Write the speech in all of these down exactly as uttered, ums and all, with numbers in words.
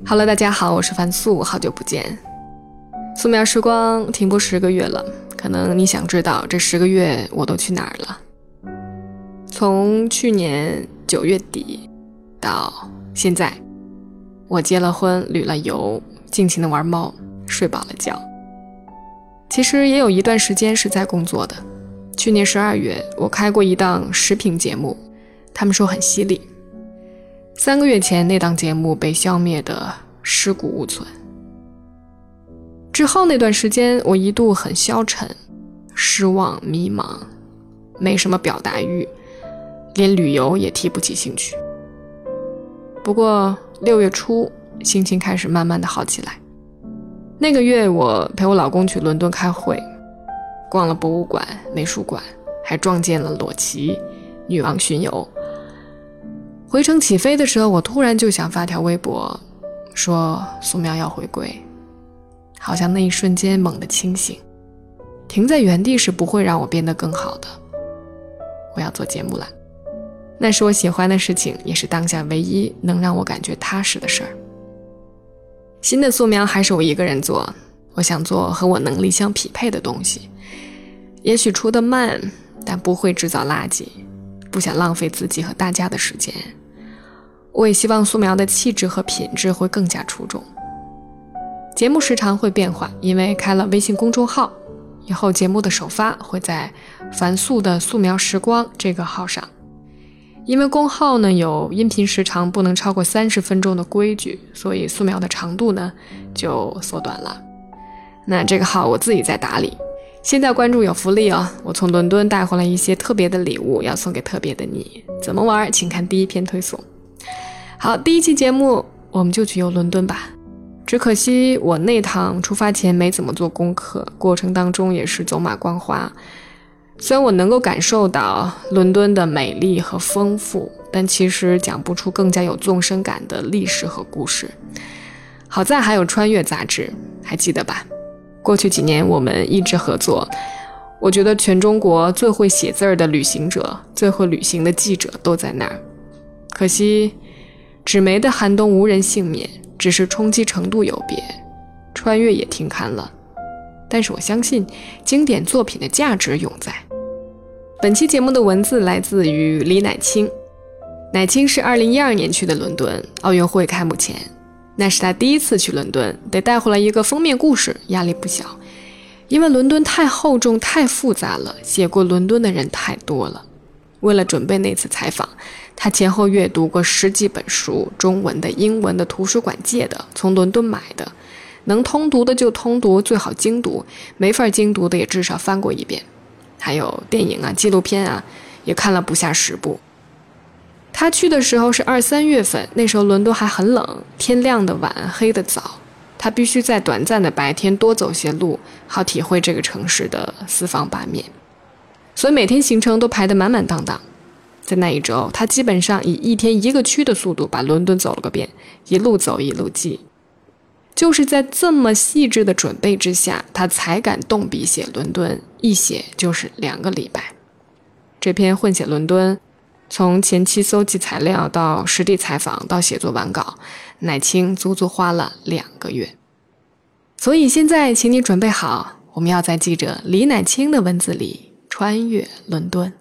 Hello， 大家好，我是樊素，好久不见。素描时光停播十个月了，可能你想知道这十个月我都去哪儿了。从去年九月底到现在，我结了婚，旅了游，尽情的玩猫，睡饱了觉。其实也有一段时间是在工作的。去年十二月，我开过一档食品节目，他们说很犀利。三个月前，那档节目被消灭的尸骨无存。之后那段时间，我一度很消沉、失望、迷茫，没什么表达欲，连旅游也提不起兴趣。不过六月初，心情开始慢慢的好起来。那个月，我陪我老公去伦敦开会，逛了博物馆、美术馆，还撞见了裸骑、女王巡游。回程起飞的时候，我突然就想发条微博，说素描要回归。好像那一瞬间猛地清醒，停在原地是不会让我变得更好的。我要做节目了，那是我喜欢的事情，也是当下唯一能让我感觉踏实的事儿。新的素描还是我一个人做，我想做和我能力相匹配的东西，也许出得慢，但不会制造垃圾，不想浪费自己和大家的时间。我也希望素描的气质和品质会更加出众。节目时长会变化，因为开了微信公众号，以后节目的首发会在樊素的素描时光这个号上。因为公号呢有音频时长不能超过三十分钟的规矩，所以素描的长度呢就缩短了。那这个号我自己在打理，现在关注有福利哦，我从伦敦带回来一些特别的礼物，要送给特别的你。怎么玩请看第一篇推送。好，第一期节目我们就去游伦敦吧。只可惜我那趟出发前没怎么做功课，过程当中也是走马观花。虽然我能够感受到伦敦的美丽和丰富，但其实讲不出更加有纵深感的历史和故事。好在还有穿越杂志，还记得吧？过去几年我们一直合作，我觉得全中国最会写字的旅行者，最会旅行的记者都在那儿。可惜纸媒的寒冬无人幸免，只是冲击程度有别，穿越也停刊了。但是我相信经典作品的价值永在。本期节目的文字来自于李乃清。乃清是二零一二年去的伦敦，奥运会开幕前，那是他第一次去伦敦，得带回来一个封面故事，压力不小。因为伦敦太厚重太复杂了，写过伦敦的人太多了。为了准备那次采访，他前后阅读过十几本书，中文的、英文的，图书馆借的，从伦敦买的，能通读的就通读，最好精读，没法精读的也至少翻过一遍。还有电影啊、纪录片啊，也看了不下十部。他去的时候是二三月份，那时候伦敦还很冷，天亮的晚，黑的早，他必须在短暂的白天多走些路，好体会这个城市的四方八面。所以每天行程都排得满满当当。在那一周，他基本上以一天一个区的速度把伦敦走了个遍，一路走一路记。就是在这么细致的准备之下，他才敢动笔写伦敦，一写就是两个礼拜。这篇混写伦敦，从前期搜集材料到实地采访到写作完稿，乃清足足花了两个月。所以现在请你准备好，我们要在记者李乃清的文字里穿越伦敦。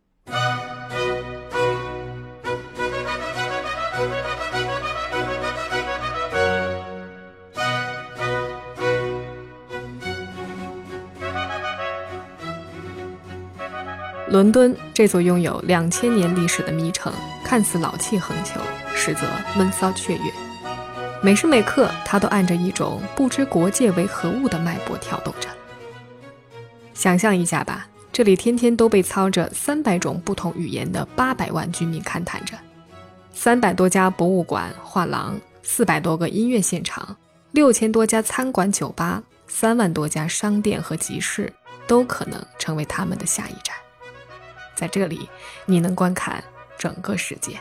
伦敦这座拥有两千年历史的迷城，看似老气横秋，实则闷骚雀跃。每时每刻，它都按着一种不知国界为何物的脉搏跳动着。想象一下吧，这里天天都被操着三百种不同语言的八百万居民勘探着，三百多家博物馆、画廊，四百多个音乐现场，六千多家餐馆、酒吧，三万多家商店和集市，都可能成为他们的下一站。在这里，你能观看整个世界。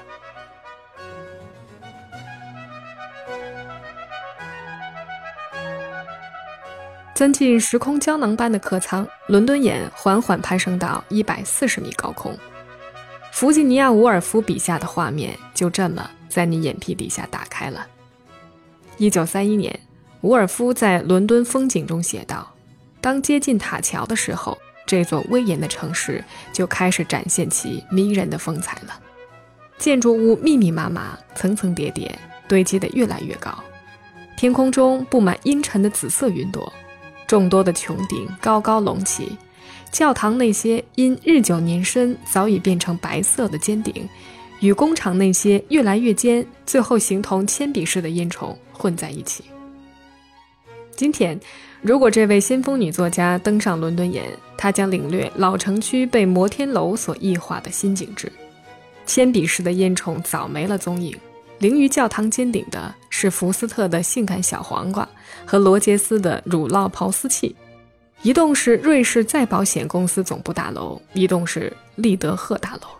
钻进时空胶囊般的客舱，伦敦眼缓缓攀升到一百四十米高空，弗吉尼亚·伍尔夫笔下的画面就这么在你眼皮底下打开了。 一九三一年，伍尔夫在《伦敦风景》中写道，当接近塔桥的时候，这座威严的城市就开始展现其迷人的风采了。建筑物密密麻麻，层层叠叠，堆积得越来越高。天空中布满阴沉的紫色云朵，众多的穹顶高高隆起，教堂那些因日久年深早已变成白色的尖顶，与工厂那些越来越尖，最后形同铅笔式的烟囱混在一起。今天，如果这位先锋女作家登上伦敦眼，她将领略老城区被摩天楼所异化的新景致。铅笔式的烟囱早没了踪影，凌于教堂尖顶的是福斯特的性感小黄瓜和罗杰斯的乳酪刨丝器。一栋是瑞士再保险公司总部大楼，一栋是利德赫大楼。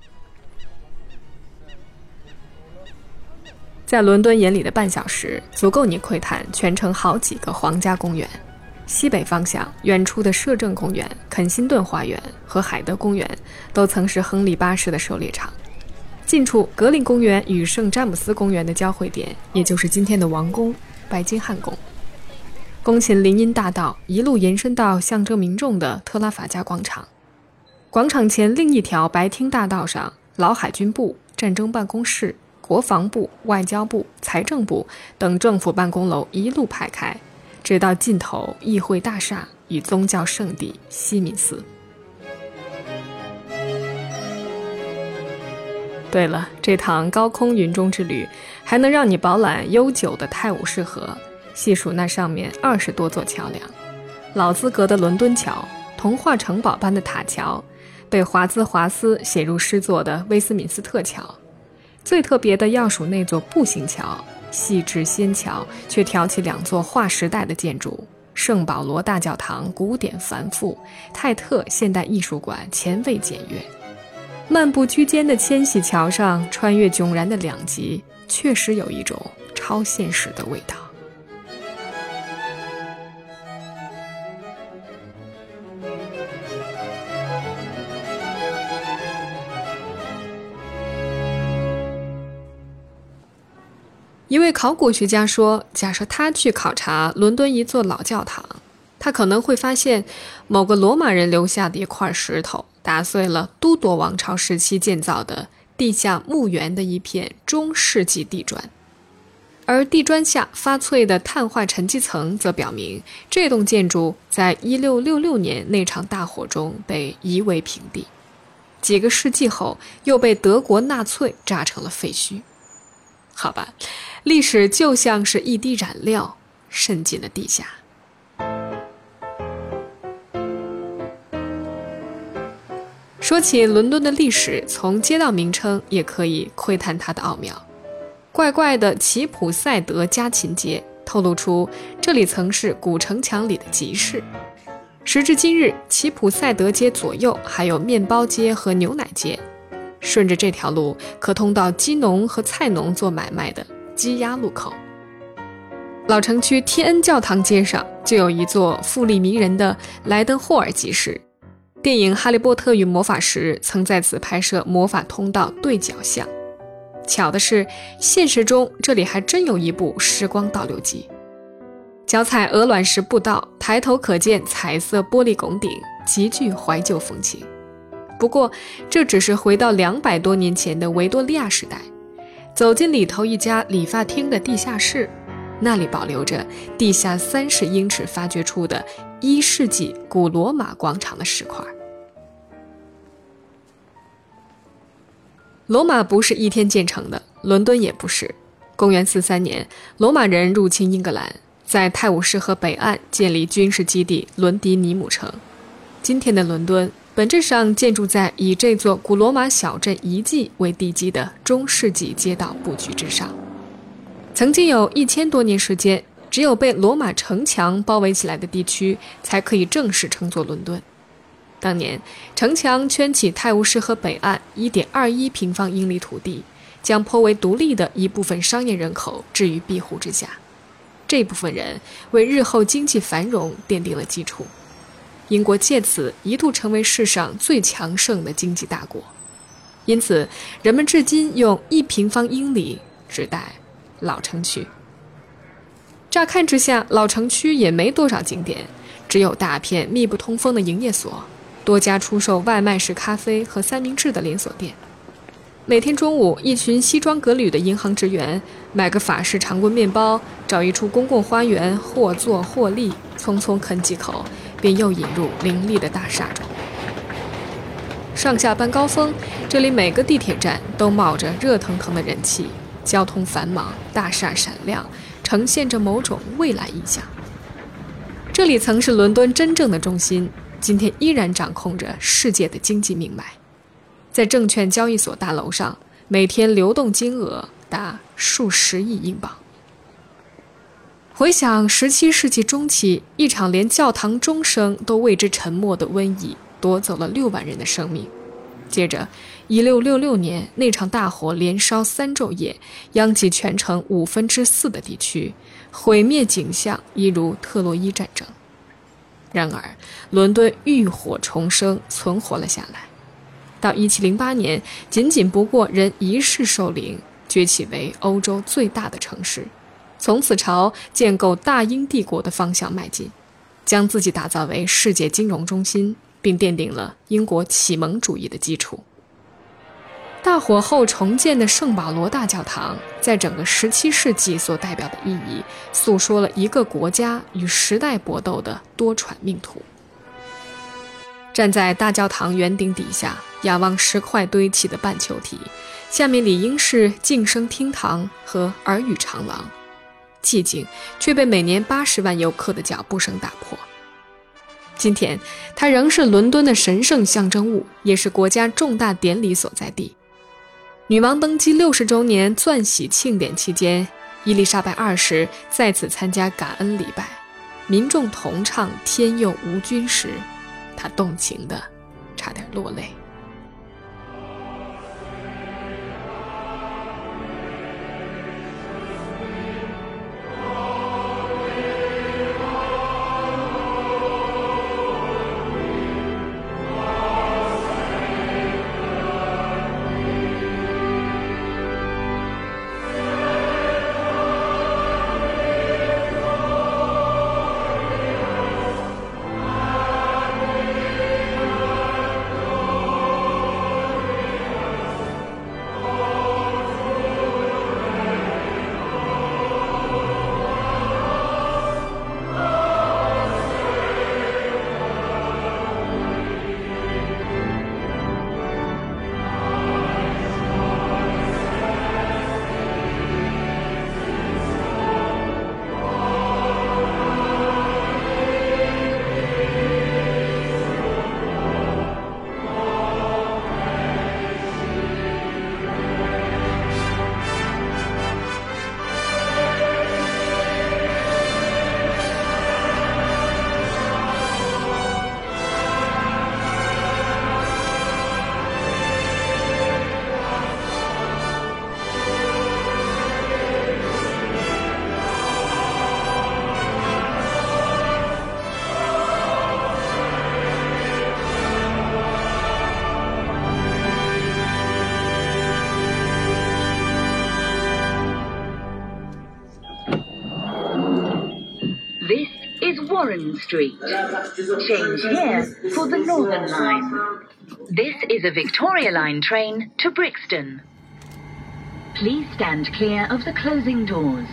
在伦敦眼里的半小时，足够你窥探全城好几个皇家公园。西北方向，远处的摄政公园、肯辛顿花园和海德公园都曾是亨利八世的狩猎场。近处，格林公园与圣詹姆斯公园的交汇点，也就是今天的王宫——白金汉宫。宫前林荫大道一路延伸到象征民众的特拉法加广场。广场前另一条白厅大道上，老海军部、战争办公室、国防部、外交部、财政部等政府办公楼一路排开，直到尽头议会大厦与宗教圣地西敏寺。对了，这趟高空云中之旅还能让你饱览悠久的泰晤士河，细数那上面二十多座桥梁，老资格的伦敦桥，童话城堡般的塔桥，被华兹华斯写入诗作的威斯敏斯特桥。最特别的要数那座步行桥，细致纤巧，却挑起两座划时代的建筑：圣保罗大教堂古典繁复，泰特现代艺术馆前卫简约。漫步居间的千禧桥上，穿越迥然的两极，确实有一种超现实的味道。一位考古学家说，假设他去考察伦敦一座老教堂，他可能会发现某个罗马人留下的一块石头打碎了都铎王朝时期建造的地下墓园的一片中世纪地砖，而地砖下发脆的碳化沉积层则表明这栋建筑在一六六六年那场大火中被夷为平地，几个世纪后又被德国纳粹炸成了废墟。好吧，历史就像是一滴染料渗进了地下。说起伦敦的历史，从街道名称也可以窥探它的奥妙。怪怪的齐普赛德家禽街透露出这里曾是古城墙里的集市。时至今日，齐普赛德街左右还有面包街和牛奶街，顺着这条路可通到鸡农和菜农做买卖的鸡鸭路口。老城区天恩教堂街上就有一座富丽迷人的莱登霍尔集市，电影《哈利波特与魔法石》曾在此拍摄魔法通道对角巷。巧的是，现实中这里还真有一部时光倒流机。脚踩鹅卵石步道，抬头可见彩色玻璃拱顶，极具怀旧风情。不过这只是回到两百多年前的维多利亚时代，走进里头一家理发厅的地下室，那里保留着地下三十英尺发掘出的一世纪古罗马广场的石块。罗马不是一天建成的，伦敦也不是。公元四三年，罗马人入侵英格兰，在泰晤士河北岸建立军事基地伦迪尼姆城。今天的伦敦本质上建筑在以这座古罗马小镇遗迹为地基的中世纪街道布局之上。曾经有一千多年时间，只有被罗马城墙包围起来的地区才可以正式称作伦敦。当年城墙圈起泰晤士河北岸 一点二一 平方英里土地，将颇为独立的一部分商业人口置于庇护之下。这部分人为日后经济繁荣奠定了基础。英国借此一度成为世上最强盛的经济大国，因此人们至今用一平方英里指代老城区。 乍看之下，老城区也没多少景点，只有大片密不通风的营业所，多家出售外卖式咖啡和三明治的连锁店。每天中午，一群西装革履的银行职员买个法式长棍面包，找一处公共花园，或坐或立，匆匆啃几口，便又引入林立的大厦中。上下班高峰，这里每个地铁站都冒着热腾腾的人气，交通繁忙，大厦闪亮，呈现着某种未来意象。这里曾是伦敦真正的中心，今天依然掌控着世界的经济命脉。在证券交易所大楼上，每天流动金额达数十亿英镑。回想十七世纪中期，一场连教堂钟声都为之沉默的瘟疫，夺走了六万人的生命。接着一六六六年，那场大火连烧三昼夜，殃及全城五分之四的地区，毁灭景象一如特洛伊战争。然而伦敦浴火重生，存活了下来。到一七零八年，仅仅不过人一世受凌，崛起为欧洲最大的城市，从此朝建构大英帝国的方向迈进，将自己打造为世界金融中心，并奠定了英国启蒙主义的基础。大火后重建的圣保罗大教堂，在整个十七世纪所代表的意义，诉说了一个国家与时代搏斗的多舛命途。站在大教堂圆顶底下，仰望石块堆砌的半球体，下面理应是静声厅堂和耳语长廊，寂静却被每年八十万游客的脚步声打破。今天它仍是伦敦的神圣象征物，也是国家重大典礼所在地。女王登基六十周年钻禧庆典期间，伊丽莎白二世在此参加感恩礼拜，民众同唱天佑无君时，她动情的差点落泪。 Warren Street. Change here for the Northern Line. This is a Victoria Line train to Brixton. Please stand clear of the closing doors.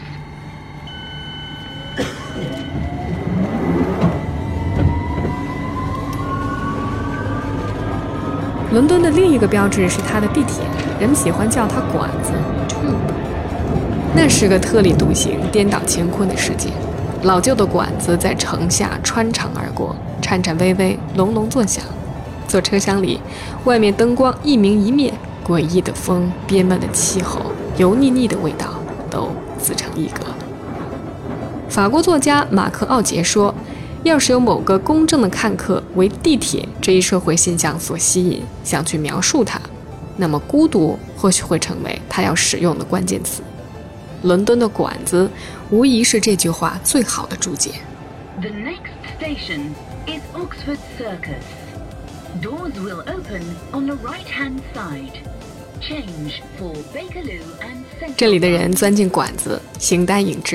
伦敦的另一个标志是它的地铁，人们喜欢叫它管子 Tube。那是个特立独行、颠倒乾坤的世界。老旧的管子在城下穿肠而过，颤颤巍巍，隆隆作响。坐车厢里，外面灯光一明一灭，诡异的风、憋闷的气候、油腻腻的味道都自成一格。法国作家马克·奥杰说，要是有某个公正的看客为地铁这一社会现象所吸引，想去描述它，那么孤独或许会成为他要使用的关键词。伦敦的管子无疑是这句话最好的注解。 The next station is Oxford Circus. Doors will open on the right-hand side. Change for Bakerloo and Central. 这里的人钻进管子，形单影只，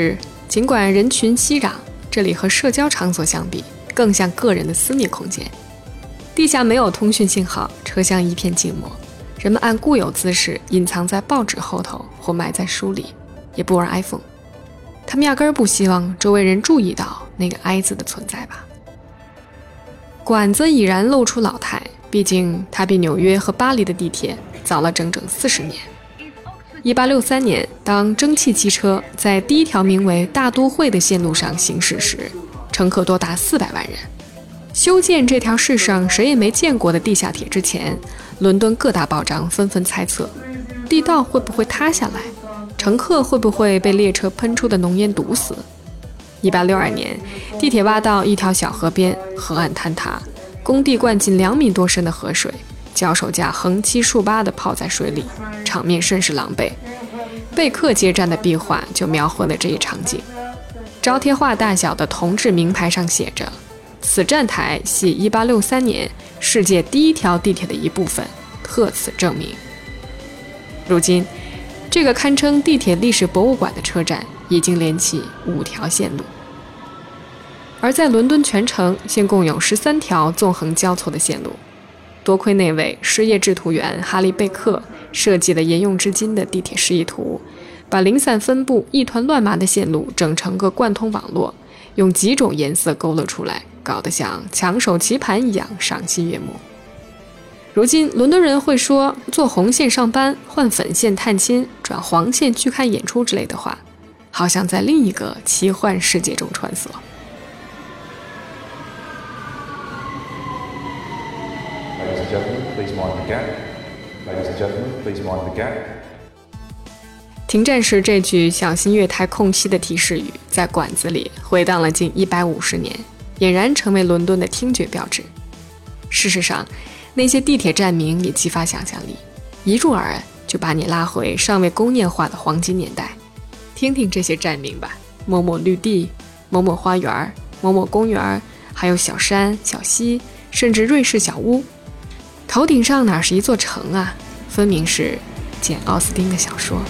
尽管人群熙攘，这里和社交场所相比更像个人的私密空间。地下没有通讯信号，车厢一片静默，人们按固有姿势隐藏在报纸后头或埋在书里，也不玩 iPhone。 他们压根儿不希望周围人注意到那个 I 字的存在吧。管子已然露出老态，毕竟它比纽约和巴黎的地铁早了整整四十年。一八六三年，当蒸汽机车在第一条名为大都会的线路上行驶时，乘客多达四百万人。修建这条世上谁也没见过的地下铁之前，伦敦各大报章纷纷猜测，地道会不会塌下来，乘客会不会被列车喷出的浓烟毒死。一八六二年，地铁挖到一条小河边，河岸坍塌，工地灌进两米多深的河水，脚手架横七竖八地泡在水里，场面甚是狼狈。贝克街站的壁画就描绘了这一场景，招贴画大小的铜制名牌上写着，此站台系一八六三年世界第一条地铁的一部分，特此证明。如今，这个堪称地铁历史博物馆的车站已经连起五条线路。而在伦敦全城现共有十三条纵横交错的线路，多亏那位失业制图员哈利·贝克设计了沿用至今的地铁示意图，把零散分布一团乱麻的线路整成个贯通网络，用几种颜色勾勒出来，搞得像抢手棋盘一样赏心悦目。如今伦敦人会说坐红线上班，换粉线探亲，转黄线去看演出之类的话，好像在另一个奇幻世界中穿梭。 Ladies and gentlemen, please mind the gap. Ladies and gentlemen, please mind the gap. 停站时这句小心月台空隙的提示语在馆子里回荡了近一百五十年，俨然成为伦敦的听觉标志。事实上，那些地铁站名也激发想象力，一入耳就把你拉回尚未工业化的黄金年代。听听这些站名吧，某某绿地、某某花园、某某公园，还有小山、小溪，甚至瑞士小屋。头顶上哪是一座城啊，分明是简·奥斯汀的小说。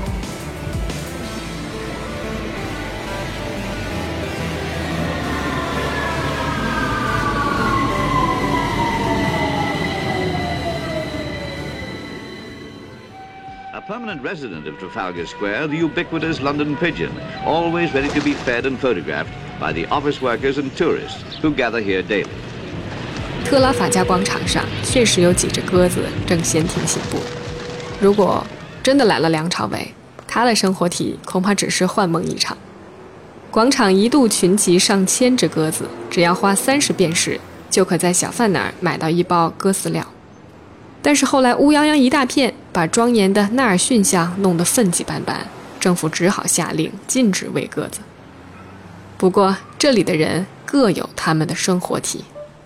A permanent resident of Trafalgar Square, the ubiquitous London pigeon, always ready to be fed and photographed by the office workers and tourists who gather here daily. 特拉法加广场上确实有几只鸽子正闲庭信步。如果真的来了梁朝伟，他的生活体恐怕只是幻梦一场。广场一度群集上千只鸽子，只要花三十便士，就可在小贩那儿买到一包鸽饲料。但是后来乌泱泱一大片，把庄严的纳尔逊像弄得粪迹斑斑，政府只好下令禁止喂鸽子。不过这里的人各有他们的生活体。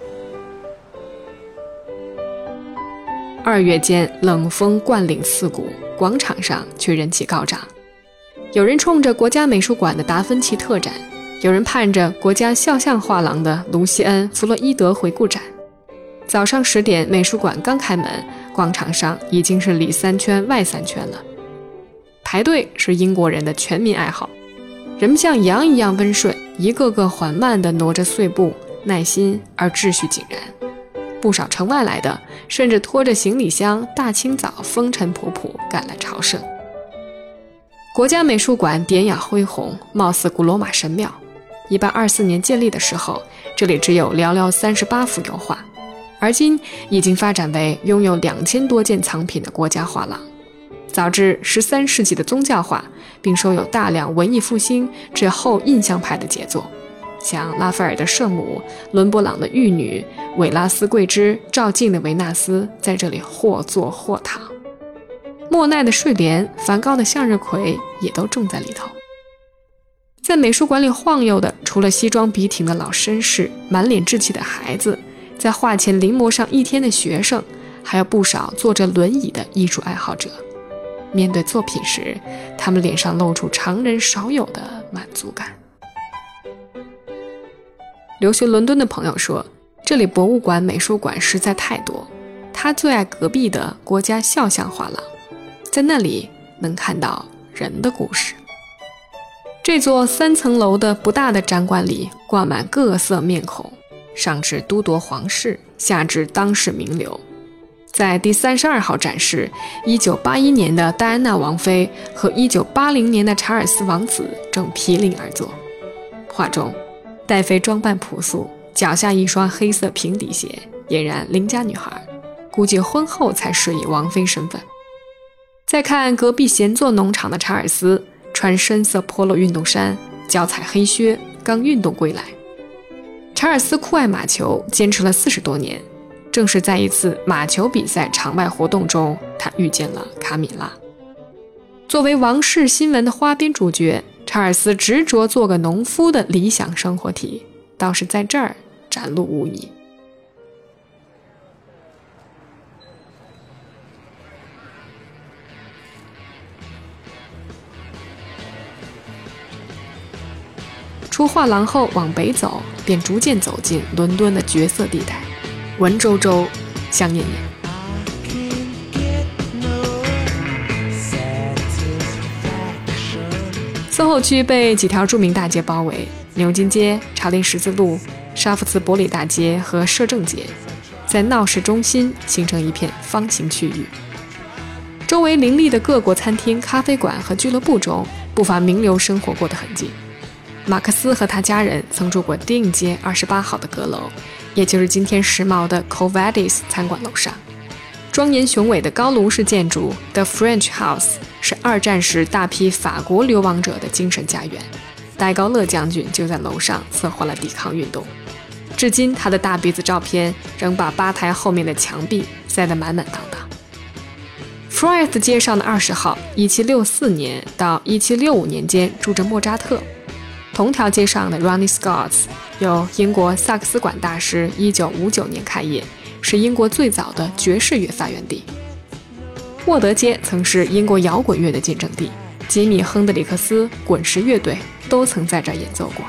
二月间，冷风灌领刺骨，广场上却人气高涨。有人冲着国家美术馆的达芬奇特展，有人盼着国家肖像画廊的卢西恩·弗洛伊德回顾展。早上十点，美术馆刚开门，广场上已经是里三圈外三圈了。排队是英国人的全民爱好，人们像羊一样温顺，一个个缓慢地挪着碎步，耐心而秩序井然。不少城外来的甚至拖着行李箱，大清早风尘仆仆赶来朝圣。国家美术馆典雅恢宏，貌似古罗马神庙。一八二四年建立的时候，这里只有寥寥三十八幅油画，而今已经发展为拥有两千多件藏品的国家画廊。早至十三世纪的宗教画，并收有大量文艺复兴至后印象派的杰作，像拉斐尔的圣母、伦勃朗的玉女、韦拉斯贵之、赵静的维纳斯在这里或坐或躺。莫奈的睡莲、梵高的向日葵也都种在里头。在美术馆里晃悠的，除了西装笔挺的老绅士、满脸稚气的孩子，在画前临摹上一天的学生，还有不少坐着轮椅的艺术爱好者。面对作品时，他们脸上露出常人少有的满足感。留学伦敦的朋友说，这里博物馆、美术馆实在太多，他最爱隔壁的国家肖像画廊，在那里能看到人的故事。 这座三层楼的不大的展馆里挂满各色面孔，上至都铎皇室，下至当世名流。在第三十二号展示，一九八一年的戴安娜王妃和一九八零年的查尔斯王子正毗邻而坐。画中，戴妃装扮朴素，脚下一双黑色平底鞋，俨然邻家女孩，估计婚后才适应王妃身份。再看隔壁闲坐农场的查尔斯，穿深色 polo 运动衫，脚踩黑靴，刚运动归来。查尔斯酷爱马球，坚持了四十多年。正是在一次马球比赛场外活动中，他遇见了卡米拉。作为王室新闻的花边主角，查尔斯执着做个农夫的理想生活体，倒是在这儿展露无遗。出画廊后往北走，便逐渐走进伦敦的绝色地带，文绉绉，香艳艳。SOHO后区被几条著名大街包围，牛津街、查令十字路、沙福茨伯里大街和摄政街，在闹市中心形成一片方形区域。周围林立的各国餐厅、咖啡馆和俱乐部中，不乏名流生活过的痕迹。马克思和他家人曾住过丁影街二十八号的阁楼，也就是今天时髦的 Covadis 餐馆楼上。庄严雄伟的高卢式建筑 The French House 是二战时大批法国流亡者的精神家园，戴高乐将军就在楼上策划了抵抗运动。至今他的大鼻子照片仍把吧台后面的墙壁塞得满满当当。弗莱斯街上的二十号一七六四年到一七六五年间住着莫扎特，同条街上的 Ronnie Scott's 由英国萨克斯管大师一九五九年开业，是英国最早的爵士乐发源地。沃德街曾是英国摇滚乐的见证地，吉米·亨德里克斯滚石乐队都曾在这儿演奏过。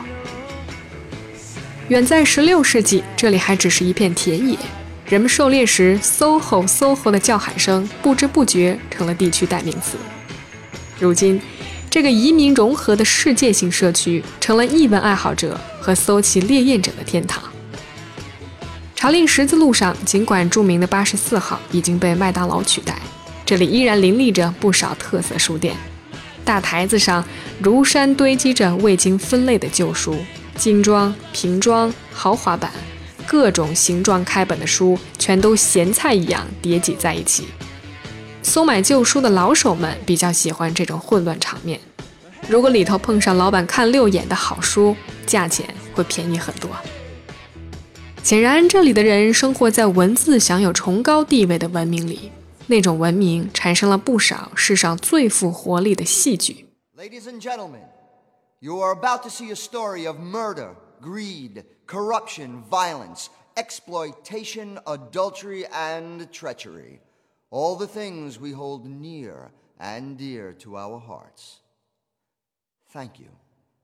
远在十六世纪，这里还只是一片田野，人们狩猎时 SOHO SOHO 的叫喊声不知不觉成了地区代名词。如今这个移民融合的世界性社区成了艺文爱好者和搜奇猎艳者的天堂。查令十字路上，尽管著名的八十四号已经被麦当劳取代，这里依然林立着不少特色书店。大台子上如山堆积着未经分类的旧书，精装、平装、豪华版，各种形状开本的书全都咸菜一样叠挤在一起。搜买旧书的老手们比较喜欢这种混乱场面，如果里头碰上老板看溜眼的好书，价钱会便宜很多。显然这里的人生活在文字享有崇高地位的文明里，那种文明产生了不少世上最富活力的戏剧。 Ladies and gentlemen, you are about to see a story of murder, greed, corruption, violence, exploitation, adultery, and treachery.All the things we hold near and dear to our hearts. Thank you.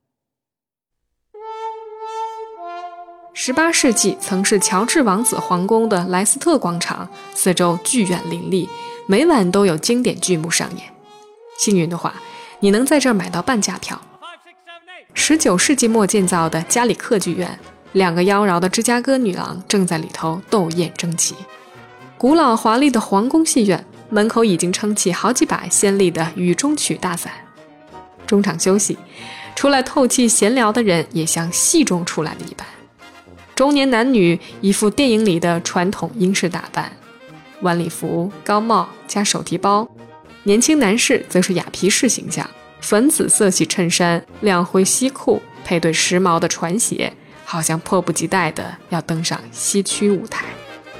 十八世纪曾是乔治王子皇宫的莱斯特广场，四周剧院林立，每晚都有经典剧目上演。幸运的话，你能在这儿买到半价票。十九世纪末建造的加里克剧院，两个妖娆的芝加哥女郎正在里头斗艳争奇。古老华丽的皇宫戏院门口已经撑起好几把鲜丽的雨中曲大伞。中场休息，出来透气闲聊的人也像戏中出来的一般。中年男女一副电影里的传统英式打扮，晚礼服、高帽加手提包；年轻男士则是雅皮士形象，粉紫色系衬衫、亮灰西裤，配对时髦的船鞋，好像迫不及待地要登上西区舞台。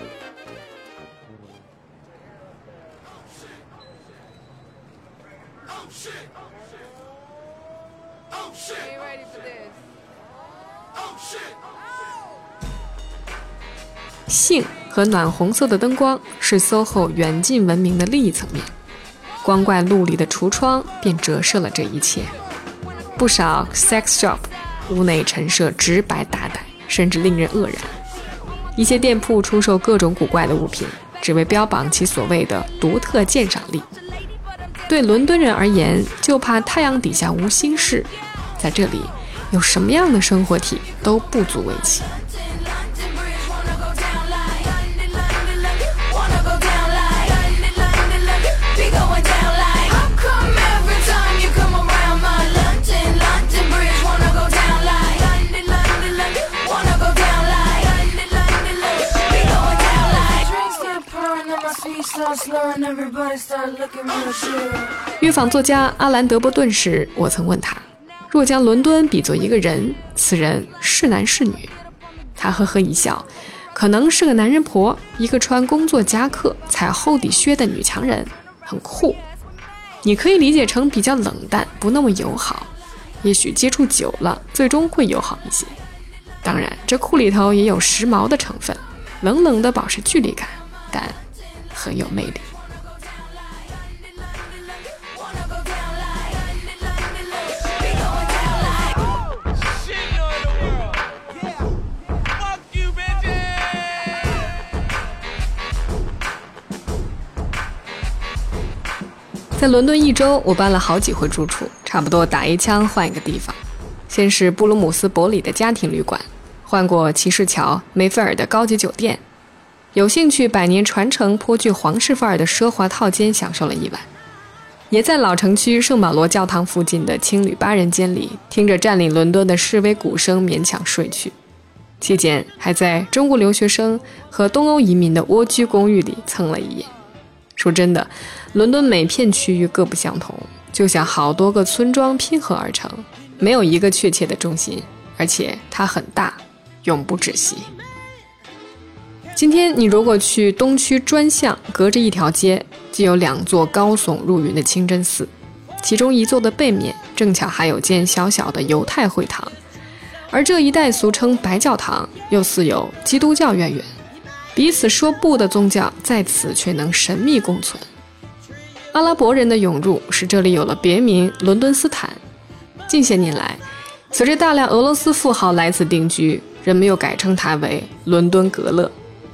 性和暖红色的灯光是 S O H O 远近闻名的另一层面，光怪陆离的橱窗便折射了这一切。不少 sex shop 屋内陈设直白大胆，甚至令人愕然。一些店铺出售各种古怪的物品，只为标榜其所谓的独特鉴赏力。对伦敦人而言，就怕太阳底下无心事， 在这里有什么样的生活体都不足为奇。约访作家阿兰·德伯顿时，我曾问他，若将伦敦比作一个人，此人是男是女？他呵呵一笑，可能是个男人婆，一个穿工作夹克踩厚底靴的女强人，很酷。你可以理解成比较冷淡，不那么友好，也许接触久了最终会友好一些。当然这酷里头也有时髦的成分，冷冷的保持距离感，但很有魅力。在伦敦一周，我搬了好几回住处，差不多打一枪换一个地方。先是布鲁姆斯伯里的家庭旅馆，换过骑士桥、梅菲尔的高级酒店，有兴趣百年传承颇具皇室范儿的奢华套间享受了一晚，也在老城区圣保罗教堂附近的青旅八人间里，听着占领伦敦的示威鼓声勉强睡去。期间还在中国留学生和东欧移民的蜗居公寓里蹭了一夜。说真的，伦敦每片区域各不相同，就像好多个村庄拼合而成，没有一个确切的中心，而且它很大，永不止息。今天你如果去东区专巷，隔着一条街就有两座高耸入云的清真寺，其中一座的背面正巧还有间小小的犹太会堂，而这一带俗称白教堂，又似有基督教渊源，彼此说不的宗教在此却能神秘共存。阿拉伯人的涌入使这里有了别名伦敦斯坦。近些年来，随着大量俄罗斯富豪来此定居，人们又改称它为伦敦格勒。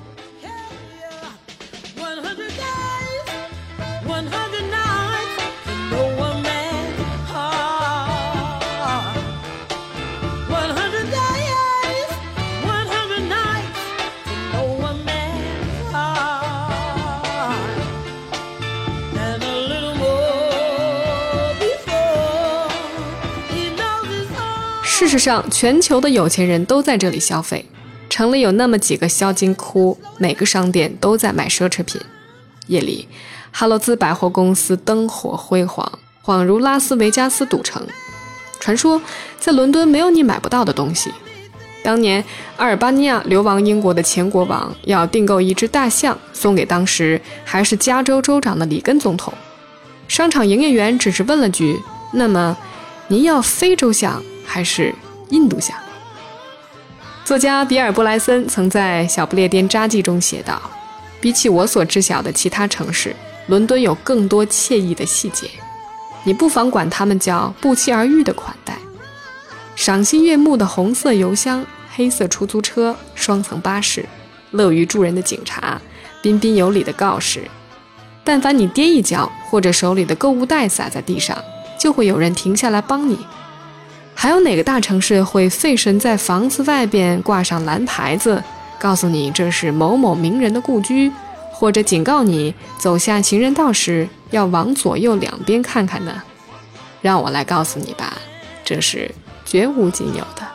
事实上，全球的有钱人都在这里消费，城里有那么几个销金窟，每个商店都在卖奢侈品。夜里，哈罗兹百货公司灯火辉煌，恍如拉斯维加斯赌城。传说在伦敦没有你买不到的东西。当年阿尔巴尼亚流亡英国的前国王要订购一只大象送给当时还是加州州长的里根总统，商场营业员只是问了句，那么您要非洲象还是印度象？作家比尔·布莱森曾在《小不列颠札记》中写道，比起我所知晓的其他城市，伦敦有更多惬意的细节，你不妨管他们叫不期而遇的款待。赏心悦目的红色邮箱、黑色出租车、双层巴士、乐于助人的警察、彬彬有礼的告示，但凡你跌一跤，或者手里的购物袋洒在地上，就会有人停下来帮你。还有哪个大城市会费神在房子外边挂上蓝牌子，告诉你这是某某名人的故居，或者警告你走下行人道时要往左右两边看看呢？让我来告诉你吧，这是绝无仅有的。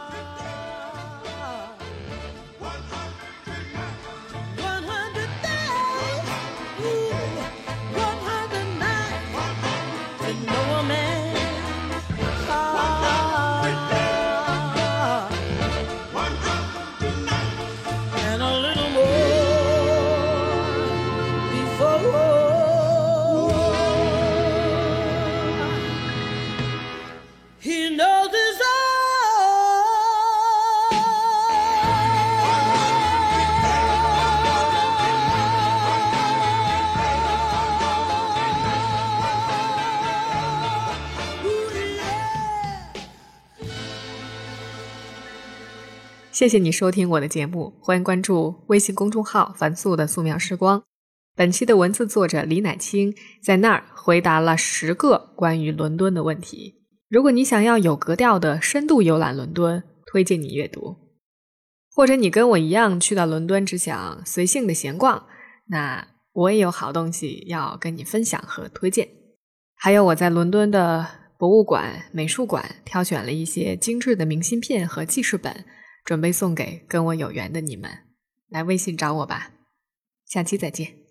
谢谢你收听我的节目，欢迎关注微信公众号凡素的素描时光。本期的文字作者李乃清在那儿回答了十个关于伦敦的问题。 如果你想要有格调的深度游览伦敦，推荐你阅读。或者你跟我一样去到伦敦只想随性的闲逛，那我也有好东西要跟你分享和推荐。还有我在伦敦的博物馆、美术馆挑选了一些精致的明信片和记事本，准备送给跟我有缘的你们。来微信找我吧，下期再见。